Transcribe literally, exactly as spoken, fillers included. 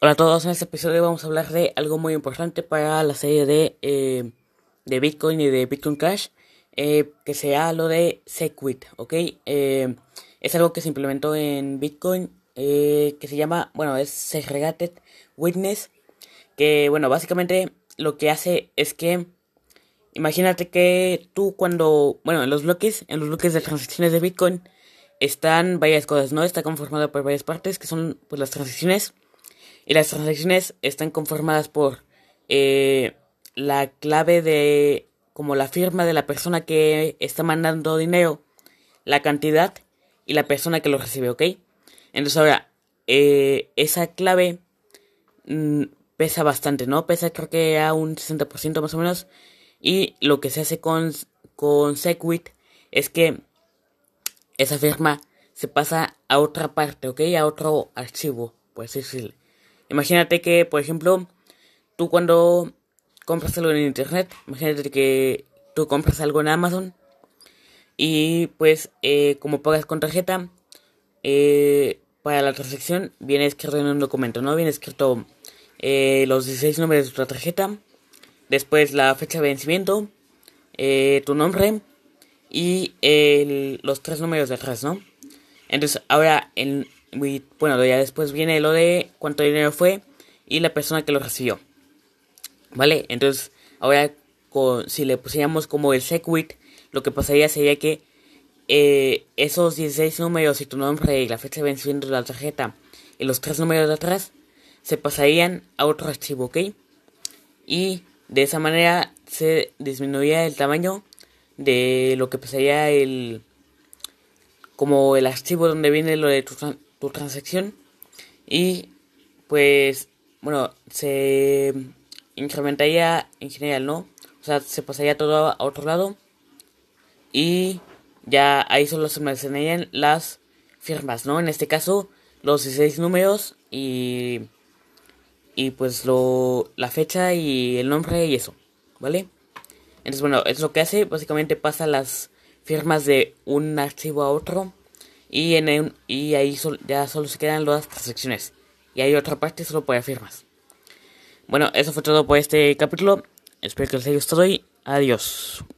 Hola a todos, en este episodio vamos a hablar de algo muy importante para la serie de, eh, de Bitcoin y de Bitcoin Cash, eh, que sea lo de Segwit, ¿ok? Eh, es algo que se implementó en Bitcoin, eh, que se llama, bueno, es Segregated Witness, que, bueno, básicamente lo que hace es que, imagínate que tú cuando, bueno, en los bloques, en los bloques de transacciones de Bitcoin, están varias cosas, ¿no? Está conformado por varias partes, que son, pues, las transacciones. Y las transacciones están conformadas por eh, la clave de, como la firma de la persona que está mandando dinero, la cantidad y la persona que lo recibe, ¿ok? Entonces ahora, eh, esa clave mmm, pesa bastante, ¿no? Pesa creo que a un sesenta por ciento más o menos. Y lo que se hace con, con Segwit es que esa firma se pasa a otra parte, ¿ok? A otro archivo, por así decirlo. Imagínate que, por ejemplo, tú cuando compras algo en internet, imagínate que tú compras algo en Amazon y pues eh, como pagas con tarjeta, eh, para la transacción viene escrito en un documento, ¿no? Viene escrito eh, los dieciséis números de tu tarjeta, después la fecha de vencimiento, eh, tu nombre y el, los tres números de atrás, ¿no? Entonces ahora, en, bueno, ya después viene lo de cuánto dinero fue y la persona que lo recibió, ¿vale? Entonces ahora, con, si le pusiéramos como el Segwit, lo que pasaría sería que eh, esos dieciséis números y tu nombre y la fecha de vencimiento de la tarjeta y los tres números de atrás se pasarían a otro archivo, ¿ok? Y de esa manera se disminuiría el tamaño de lo que pasaría el como el archivo donde viene lo de tu, tu transacción y pues bueno, se incrementaría en general, ¿no? O sea, se pasaría todo a otro lado y ya ahí solo se almacenarían las firmas, ¿no? En este caso, los dieciséis números y y pues lo la fecha y el nombre y eso, ¿vale? Entonces, bueno, es lo que hace, básicamente pasa las firmas de un archivo a otro y en el, y ahí sol, ya solo se quedan las transacciones y hay otra parte solo para firmas. Bueno, eso fue todo por este capítulo. Espero que les haya gustado y adiós.